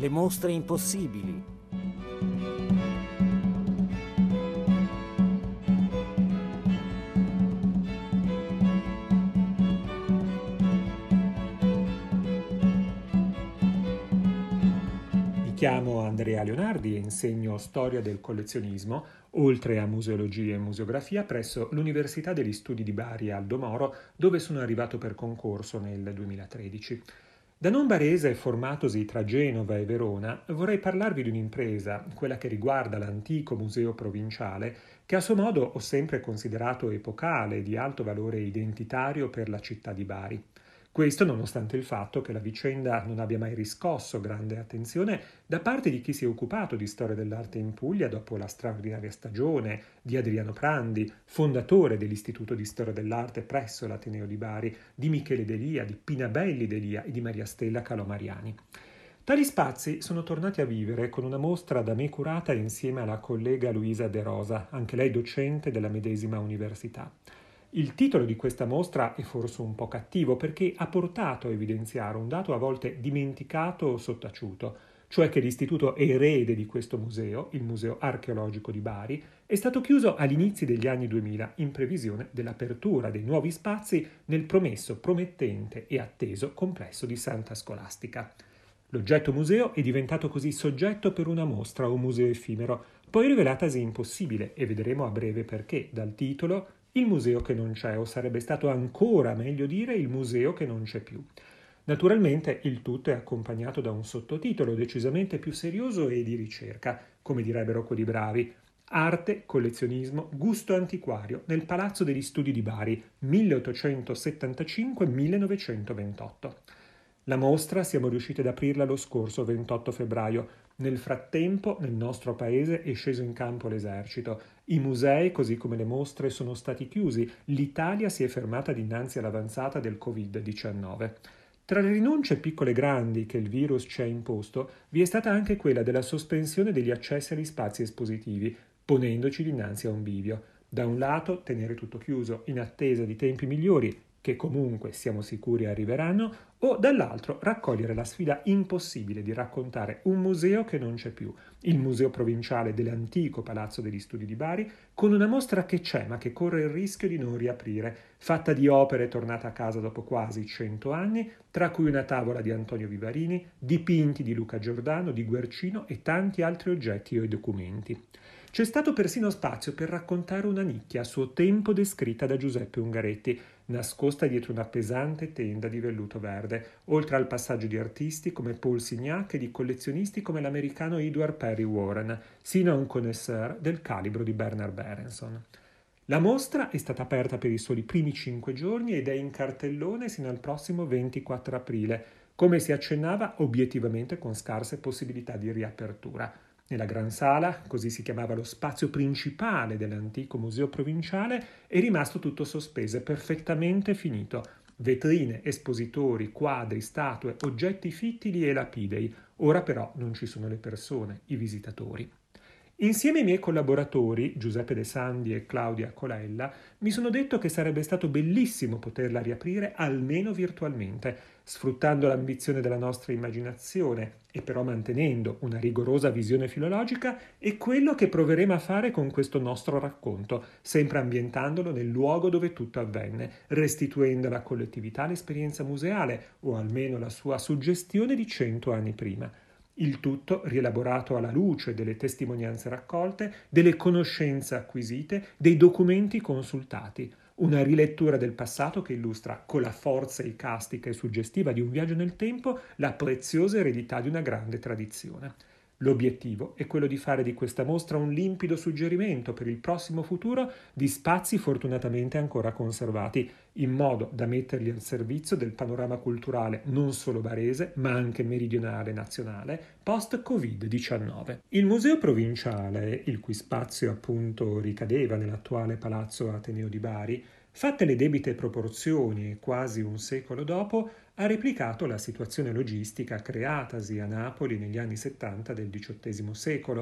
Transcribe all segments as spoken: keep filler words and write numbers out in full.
le mostre impossibili. Mi chiamo Andrea Leonardi e insegno storia del collezionismo, oltre a museologia e museografia, presso l'Università degli Studi di Bari Aldo Moro, dove sono arrivato per concorso nel duemilatredici. Da non barese, formatosi tra Genova e Verona, vorrei parlarvi di un'impresa, quella che riguarda l'antico museo provinciale, che a suo modo ho sempre considerato epocale e di alto valore identitario per la città di Bari. Questo nonostante il fatto che la vicenda non abbia mai riscosso grande attenzione da parte di chi si è occupato di storia dell'arte in Puglia dopo la straordinaria stagione di Adriano Prandi, fondatore dell'Istituto di Storia dell'Arte presso l'Ateneo di Bari, di Michele Delia, di Pinabelli Delia e di Maria Stella Calomariani. Tali spazi sono tornati a vivere con una mostra da me curata insieme alla collega Luisa De Rosa, anche lei docente della medesima università. Il titolo di questa mostra è forse un po' cattivo perché ha portato a evidenziare un dato a volte dimenticato o sottaciuto, cioè che l'istituto erede di questo museo, il Museo Archeologico di Bari, è stato chiuso agli inizi degli anni duemila in previsione dell'apertura dei nuovi spazi nel promesso, promettente e atteso complesso di Santa Scolastica. L'oggetto museo è diventato così soggetto per una mostra o museo effimero, poi rivelatasi impossibile e vedremo a breve perché dal titolo il museo che non c'è, o sarebbe stato ancora meglio dire il museo che non c'è più. Naturalmente il tutto è accompagnato da un sottotitolo decisamente più serioso e di ricerca, come direbbero quelli bravi: Arte, collezionismo, gusto antiquario nel Palazzo degli Studi di Bari, milleottocentosettantacinque millenovecentoventotto. La mostra siamo riusciti ad aprirla lo scorso ventotto febbraio. Nel frattempo, nel nostro paese è sceso in campo l'esercito. I musei, così come le mostre, sono stati chiusi. L'Italia si è fermata dinanzi all'avanzata del covid diciannove. Tra le rinunce piccole e grandi che il virus ci ha imposto, vi è stata anche quella della sospensione degli accessi agli spazi espositivi, ponendoci dinanzi a un bivio. Da un lato, tenere tutto chiuso in attesa di tempi migliori, che comunque siamo sicuri arriveranno, o dall'altro raccogliere la sfida impossibile di raccontare un museo che non c'è più, il Museo Provinciale dell'antico Palazzo degli Studi di Bari, con una mostra che c'è ma che corre il rischio di non riaprire, fatta di opere tornate a casa dopo quasi cento anni, tra cui una tavola di Antonio Vivarini, dipinti di Luca Giordano, di Guercino e tanti altri oggetti e documenti. C'è stato persino spazio per raccontare una nicchia a suo tempo descritta da Giuseppe Ungaretti, nascosta dietro una pesante tenda di velluto verde, oltre al passaggio di artisti come Paul Signac e di collezionisti come l'americano Edward Perry Warren, sino a un connoisseur del calibro di Bernard Berenson. La mostra è stata aperta per i soli primi cinque giorni ed è in cartellone sino al prossimo ventiquattro aprile, come si accennava obiettivamente con scarse possibilità di riapertura. Nella Gran Sala, così si chiamava lo spazio principale dell'antico museo provinciale, è rimasto tutto sospeso, perfettamente finito. Vetrine, espositori, quadri, statue, oggetti fittili e lapidei. Ora però non ci sono le persone, i visitatori. Insieme ai miei collaboratori, Giuseppe De Sandi e Claudia Colella, mi sono detto che sarebbe stato bellissimo poterla riaprire almeno virtualmente, sfruttando l'ambizione della nostra immaginazione e però mantenendo una rigorosa visione filologica, è quello che proveremo a fare con questo nostro racconto, sempre ambientandolo nel luogo dove tutto avvenne, restituendo alla collettività l'esperienza museale, o almeno la sua suggestione di cento anni prima. Il tutto rielaborato alla luce delle testimonianze raccolte, delle conoscenze acquisite, dei documenti consultati. Una rilettura del passato che illustra con la forza icastica e suggestiva di un viaggio nel tempo la preziosa eredità di una grande tradizione. L'obiettivo è quello di fare di questa mostra un limpido suggerimento per il prossimo futuro di spazi fortunatamente ancora conservati, in modo da metterli al servizio del panorama culturale non solo barese, ma anche meridionale e nazionale, post-covid diciannove. Il Museo Provinciale, il cui spazio appunto ricadeva nell'attuale Palazzo Ateneo di Bari, fatte le debite proporzioni e quasi un secolo dopo, ha replicato la situazione logistica creatasi a Napoli negli anni settanta del diciottesimo secolo,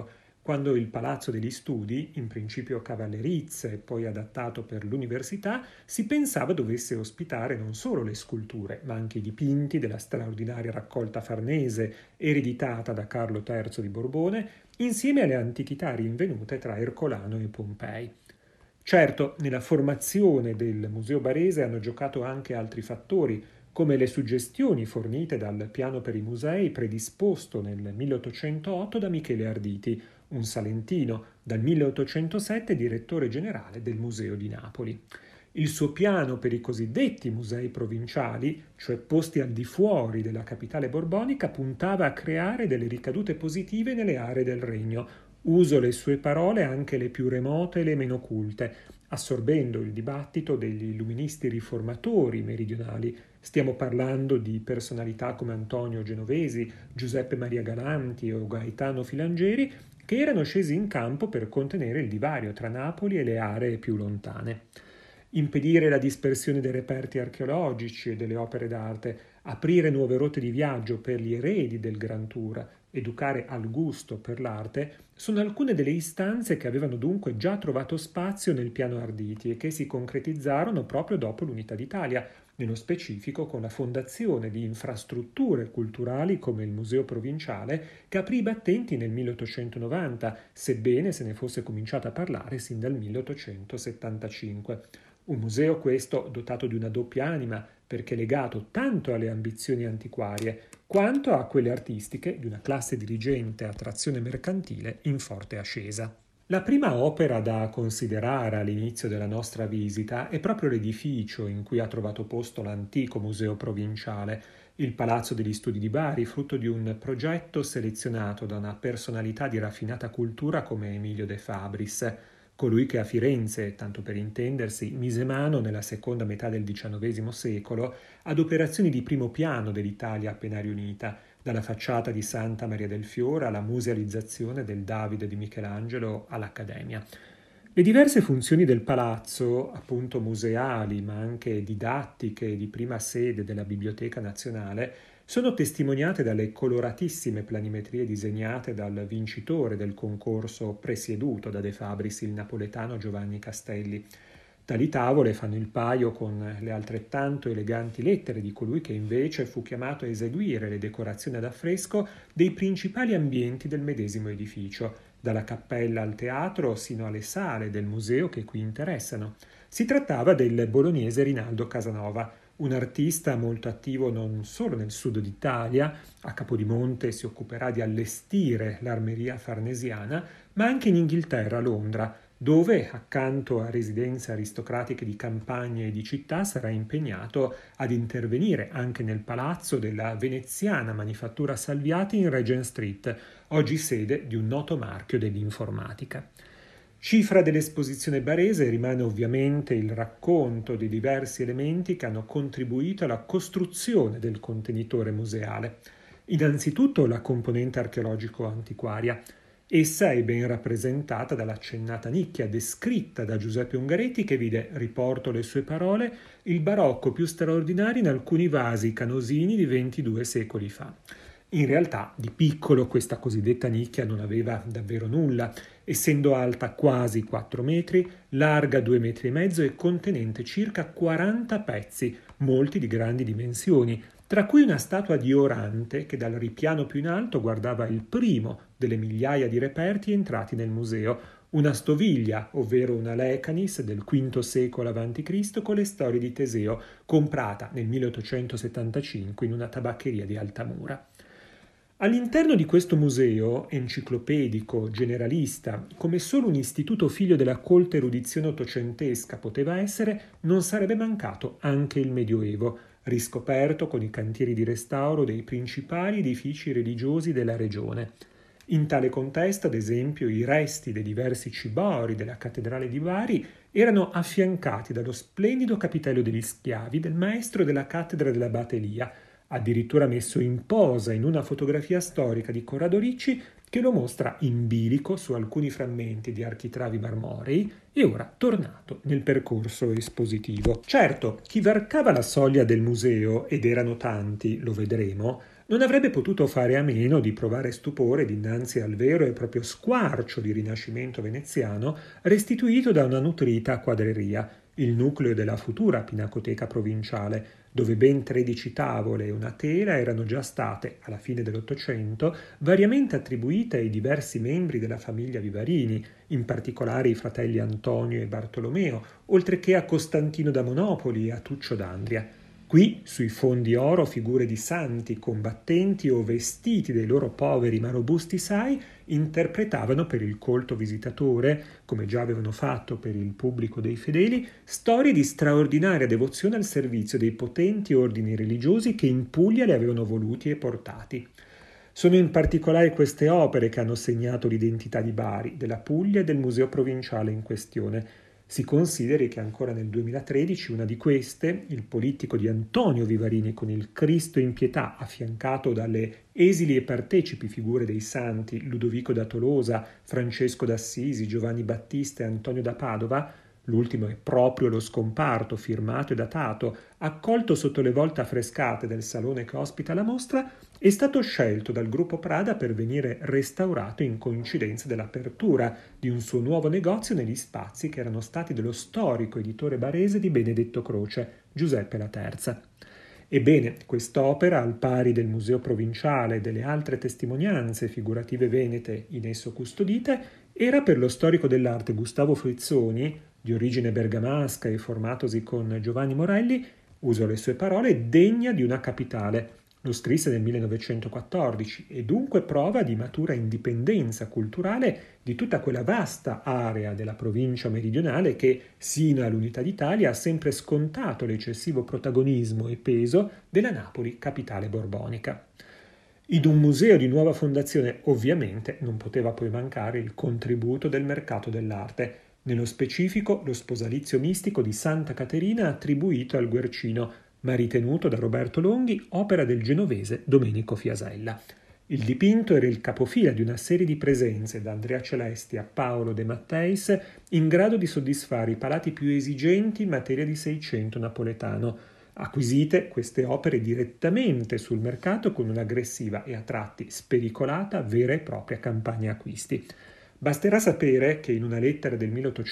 Quando il Palazzo degli Studi, in principio cavallerizza e poi adattato per l'università, si pensava dovesse ospitare non solo le sculture, ma anche i dipinti della straordinaria raccolta farnese ereditata da Carlo terzo di Borbone, insieme alle antichità rinvenute tra Ercolano e Pompei. Certo, nella formazione del Museo Barese hanno giocato anche altri fattori, come le suggestioni fornite dal piano per i musei predisposto nel milleottocentootto da Michele Arditi, un salentino, dal milleottocentosette direttore generale del Museo di Napoli. Il suo piano per i cosiddetti musei provinciali, cioè posti al di fuori della capitale borbonica, puntava a creare delle ricadute positive nelle aree del regno. Uso le sue parole anche le più remote e le meno culte, assorbendo il dibattito degli illuministi riformatori meridionali. Stiamo parlando di personalità come Antonio Genovesi, Giuseppe Maria Galanti o Gaetano Filangieri, che erano scesi in campo per contenere il divario tra Napoli e le aree più lontane. Impedire la dispersione dei reperti archeologici e delle opere d'arte, aprire nuove rotte di viaggio per gli eredi del Gran Tour, educare al gusto per l'arte, sono alcune delle istanze che avevano dunque già trovato spazio nel piano Arditi e che si concretizzarono proprio dopo l'Unità d'Italia, nello specifico con la fondazione di infrastrutture culturali come il Museo Provinciale, che aprì i battenti nel milleottocentonovanta, sebbene se ne fosse cominciato a parlare sin dal milleottocentosettantacinque. Un museo questo dotato di una doppia anima, perché legato tanto alle ambizioni antiquarie quanto a quelle artistiche di una classe dirigente a trazione mercantile in forte ascesa. La prima opera da considerare all'inizio della nostra visita è proprio l'edificio in cui ha trovato posto l'antico museo provinciale, il Palazzo degli Studi di Bari, frutto di un progetto selezionato da una personalità di raffinata cultura come Emilio De Fabris, colui che a Firenze, tanto per intendersi, mise mano nella seconda metà del diciannovesimo secolo ad operazioni di primo piano dell'Italia appena riunita, dalla facciata di Santa Maria del Fiore alla musealizzazione del Davide di Michelangelo all'Accademia. Le diverse funzioni del palazzo, appunto museali, ma anche didattiche e di prima sede della Biblioteca Nazionale, sono testimoniate dalle coloratissime planimetrie disegnate dal vincitore del concorso presieduto da De Fabris, il napoletano Giovanni Castelli. Tali tavole fanno il paio con le altrettanto eleganti lettere di colui che invece fu chiamato a eseguire le decorazioni ad affresco dei principali ambienti del medesimo edificio, dalla cappella al teatro sino alle sale del museo che qui interessano. Si trattava del bolognese Rinaldo Casanova, un artista molto attivo non solo nel sud d'Italia, a Capodimonte si occuperà di allestire l'armeria farnesiana, ma anche in Inghilterra, a Londra, dove, accanto a residenze aristocratiche di campagna e di città, sarà impegnato ad intervenire anche nel palazzo della veneziana manifattura Salviati in Regent Street, oggi sede di un noto marchio dell'informatica. Cifra dell'esposizione barese rimane ovviamente il racconto dei diversi elementi che hanno contribuito alla costruzione del contenitore museale. Innanzitutto la componente archeologico-antiquaria. Essa è ben rappresentata dall'accennata nicchia descritta da Giuseppe Ungaretti che vide, riporto le sue parole, il barocco più straordinario in alcuni vasi canosini di ventidue secoli fa. In realtà, di piccolo, questa cosiddetta nicchia non aveva davvero nulla, essendo alta quasi quattro metri, larga due metri e mezzo e contenente circa quaranta pezzi, molti di grandi dimensioni, tra cui una statua di Orante che dal ripiano più in alto guardava il primo delle migliaia di reperti entrati nel museo, una stoviglia, ovvero una lecanis del quinto secolo avanti Cristo con le storie di Teseo, comprata nel milleottocentosettantacinque in una tabaccheria di Altamura. All'interno di questo museo, enciclopedico, generalista, come solo un istituto figlio della colta erudizione ottocentesca poteva essere, non sarebbe mancato anche il Medioevo, riscoperto con i cantieri di restauro dei principali edifici religiosi della regione. In tale contesto, ad esempio, i resti dei diversi cibori della cattedrale di Bari erano affiancati dallo splendido capitello degli schiavi del maestro della cattedra della Batelia, addirittura messo in posa in una fotografia storica di Corrado Ricci che lo mostra in bilico su alcuni frammenti di architravi marmorei e ora tornato nel percorso espositivo. Certo, chi varcava la soglia del museo, ed erano tanti, lo vedremo, non avrebbe potuto fare a meno di provare stupore dinanzi al vero e proprio squarcio di rinascimento veneziano restituito da una nutrita quadreria, il nucleo della futura pinacoteca provinciale, dove ben tredici tavole e una tela erano già state, alla fine dell'Ottocento, variamente attribuite ai diversi membri della famiglia Vivarini, in particolare i fratelli Antonio e Bartolomeo, oltre che a Costantino da Monopoli e a Tuccio d'Andria. Qui, sui fondi oro, figure di santi, combattenti o vestiti dei loro poveri ma robusti sai interpretavano per il colto visitatore, come già avevano fatto per il pubblico dei fedeli, storie di straordinaria devozione al servizio dei potenti ordini religiosi che in Puglia li avevano voluti e portati. Sono in particolare queste opere che hanno segnato l'identità di Bari, della Puglia e del museo provinciale in questione. Si consideri che ancora nel duemilatredici una di queste, il polittico di Antonio Vivarini con il Cristo in pietà affiancato dalle esili e partecipi figure dei santi Ludovico da Tolosa, Francesco d'Assisi, Giovanni Battista e Antonio da Padova, l'ultimo è proprio lo scomparto, firmato e datato, accolto sotto le volte affrescate del salone che ospita la mostra, è stato scelto dal gruppo Prada per venire restaurato in coincidenza dell'apertura di un suo nuovo negozio negli spazi che erano stati dello storico editore barese di Benedetto Croce, Giuseppe la Terza. Ebbene, quest'opera, al pari del Museo Provinciale e delle altre testimonianze figurative venete in esso custodite, era per lo storico dell'arte Gustavo Frizzoni, di origine bergamasca e formatosi con Giovanni Morelli, uso le sue parole, degna di una capitale. Lo scrisse nel millenovecentoquattordici e dunque prova di matura indipendenza culturale di tutta quella vasta area della provincia meridionale che, sino all'Unità d'Italia, ha sempre scontato l'eccessivo protagonismo e peso della Napoli capitale borbonica. In un museo di nuova fondazione, ovviamente, non poteva poi mancare il contributo del mercato dell'arte, nello specifico lo sposalizio mistico di Santa Caterina attribuito al Guercino, ma ritenuto da Roberto Longhi opera del genovese Domenico Fiasella. Il dipinto era il capofila di una serie di presenze da Andrea Celesti a Paolo De Matteis in grado di soddisfare i palati più esigenti in materia di Seicento napoletano, acquisite queste opere direttamente sul mercato con un'aggressiva e a tratti spericolata vera e propria campagna acquisti. Basterà sapere che in una lettera del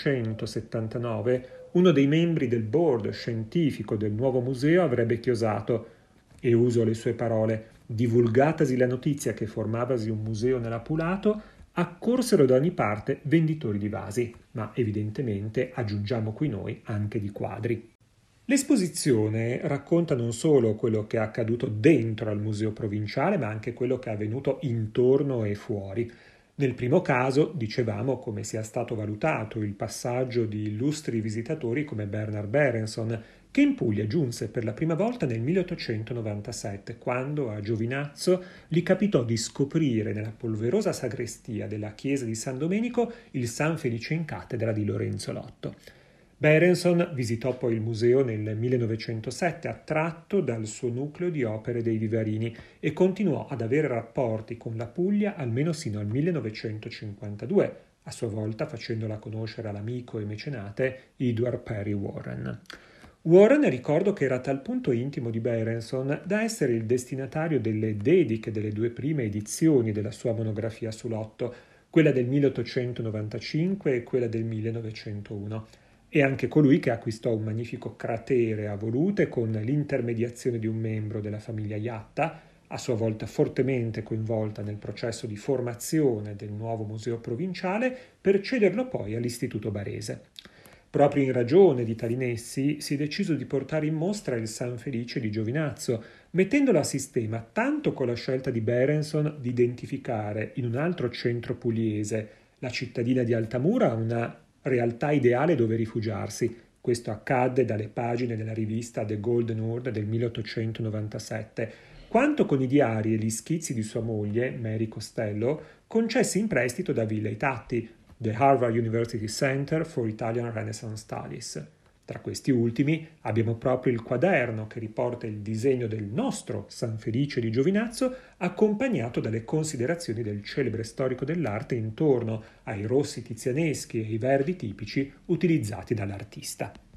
milleottocentosettantanove uno dei membri del board scientifico del nuovo museo avrebbe chiosato, e uso le sue parole, divulgatasi la notizia che formavasi un museo nell'Apulato, accorsero da ogni parte venditori di vasi, ma evidentemente, aggiungiamo qui noi, anche di quadri. L'esposizione racconta non solo quello che è accaduto dentro al museo provinciale, ma anche quello che è avvenuto intorno e fuori. Nel primo caso dicevamo come sia stato valutato il passaggio di illustri visitatori come Bernard Berenson, che in Puglia giunse per la prima volta nel milleottocentonovantasette, quando a Giovinazzo gli capitò di scoprire nella polverosa sagrestia della chiesa di San Domenico il San Felice in cattedra di Lorenzo Lotto. Berenson visitò poi il museo nel millenovecentosette, attratto dal suo nucleo di opere dei Vivarini, e continuò ad avere rapporti con la Puglia almeno sino al millenovecentocinquantadue, a sua volta facendola conoscere all'amico e mecenate Edward Perry Warren. Warren ricordo che era a tal punto intimo di Berenson da essere il destinatario delle dediche delle due prime edizioni della sua monografia su Lotto, quella del milleottocentonovantacinque e quella del millenovecentouno. E anche colui che acquistò un magnifico cratere a volute con l'intermediazione di un membro della famiglia Iatta, a sua volta fortemente coinvolta nel processo di formazione del nuovo museo provinciale, per cederlo poi all'Istituto Barese. Proprio in ragione di tali nessi si è deciso di portare in mostra il San Felice di Giovinazzo, mettendolo a sistema tanto con la scelta di Berenson di identificare in un altro centro pugliese, la cittadina di Altamura, una realtà ideale dove rifugiarsi. Questo accadde dalle pagine della rivista The Golden Horde del milleottocentonovantasette, quanto con i diari e gli schizzi di sua moglie, Mary Costello, concessi in prestito da Villa Tatti, The Harvard University Center for Italian Renaissance Studies. Tra questi ultimi abbiamo proprio il quaderno che riporta il disegno del nostro San Felice di Giovinazzo, accompagnato dalle considerazioni del celebre storico dell'arte intorno ai rossi tizianeschi e ai verdi tipici utilizzati dall'artista.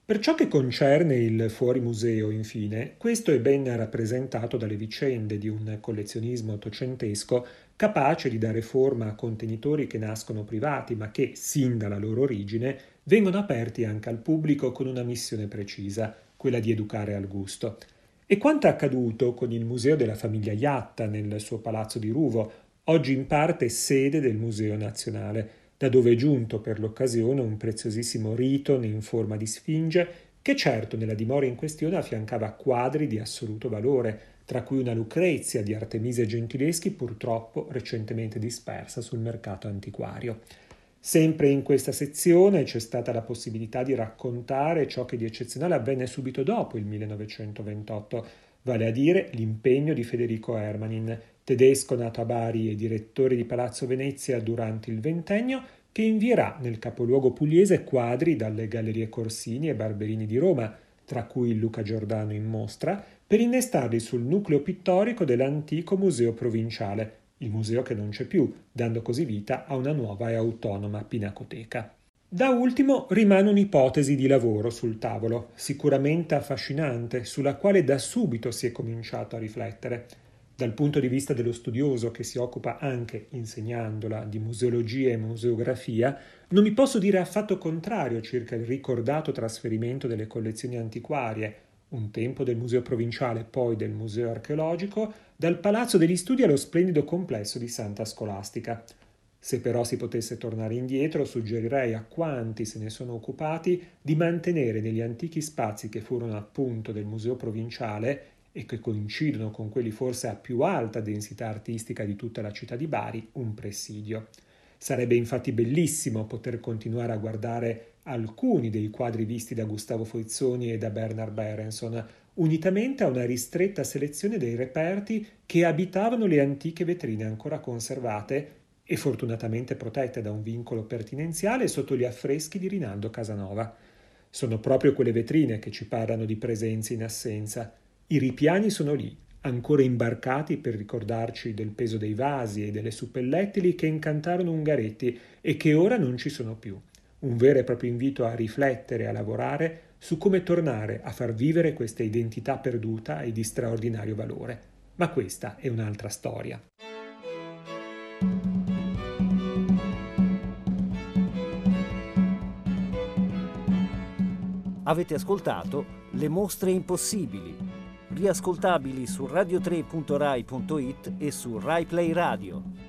Per ciò che concerne il fuorimuseo, infine, questo è ben rappresentato dalle vicende di un collezionismo ottocentesco capace di dare forma a contenitori che nascono privati, ma che, sin dalla loro origine, vengono aperti anche al pubblico con una missione precisa, quella di educare al gusto. E quanto è accaduto con il Museo della famiglia Iatta nel suo palazzo di Ruvo, oggi in parte sede del Museo Nazionale, da dove è giunto per l'occasione un preziosissimo riton in forma di sfinge che certo nella dimora in questione affiancava quadri di assoluto valore, tra cui una Lucrezia di Artemisia Gentileschi purtroppo recentemente dispersa sul mercato antiquario. Sempre in questa sezione c'è stata la possibilità di raccontare ciò che di eccezionale avvenne subito dopo il millenovecentoventotto, vale a dire l'impegno di Federico Ermanin, tedesco nato a Bari e direttore di Palazzo Venezia durante il ventennio, che invierà nel capoluogo pugliese quadri dalle Gallerie Corsini e Barberini di Roma, tra cui il Luca Giordano in mostra, per innestarli sul nucleo pittorico dell'antico museo provinciale, il museo che non c'è più, dando così vita a una nuova e autonoma pinacoteca. Da ultimo rimane un'ipotesi di lavoro sul tavolo, sicuramente affascinante, sulla quale da subito si è cominciato a riflettere. Dal punto di vista dello studioso che si occupa anche, insegnandola, di museologia e museografia, non mi posso dire affatto contrario circa il ricordato trasferimento delle collezioni antiquarie, un tempo del museo provinciale, poi del museo archeologico, dal Palazzo degli Studi allo splendido complesso di Santa Scolastica. Se però si potesse tornare indietro, suggerirei a quanti se ne sono occupati di mantenere negli antichi spazi che furono appunto del museo provinciale e che coincidono con quelli forse a più alta densità artistica di tutta la città di Bari, un presidio. Sarebbe infatti bellissimo poter continuare a guardare alcuni dei quadri visti da Gustavo Foizzoni e da Bernard Berenson, unitamente a una ristretta selezione dei reperti che abitavano le antiche vetrine ancora conservate e fortunatamente protette da un vincolo pertinenziale sotto gli affreschi di Rinaldo Casanova. Sono proprio quelle vetrine che ci parlano di presenze in assenza. I ripiani sono lì, ancora imbarcati per ricordarci del peso dei vasi e delle suppellettili che incantarono Ungaretti e che ora non ci sono più. Un vero e proprio invito a riflettere e a lavorare su come tornare a far vivere questa identità perduta e di straordinario valore. Ma questa è un'altra storia. Avete ascoltato Le mostre impossibili, riascoltabili su radio tre punto rai punto it e su Rai Play Radio.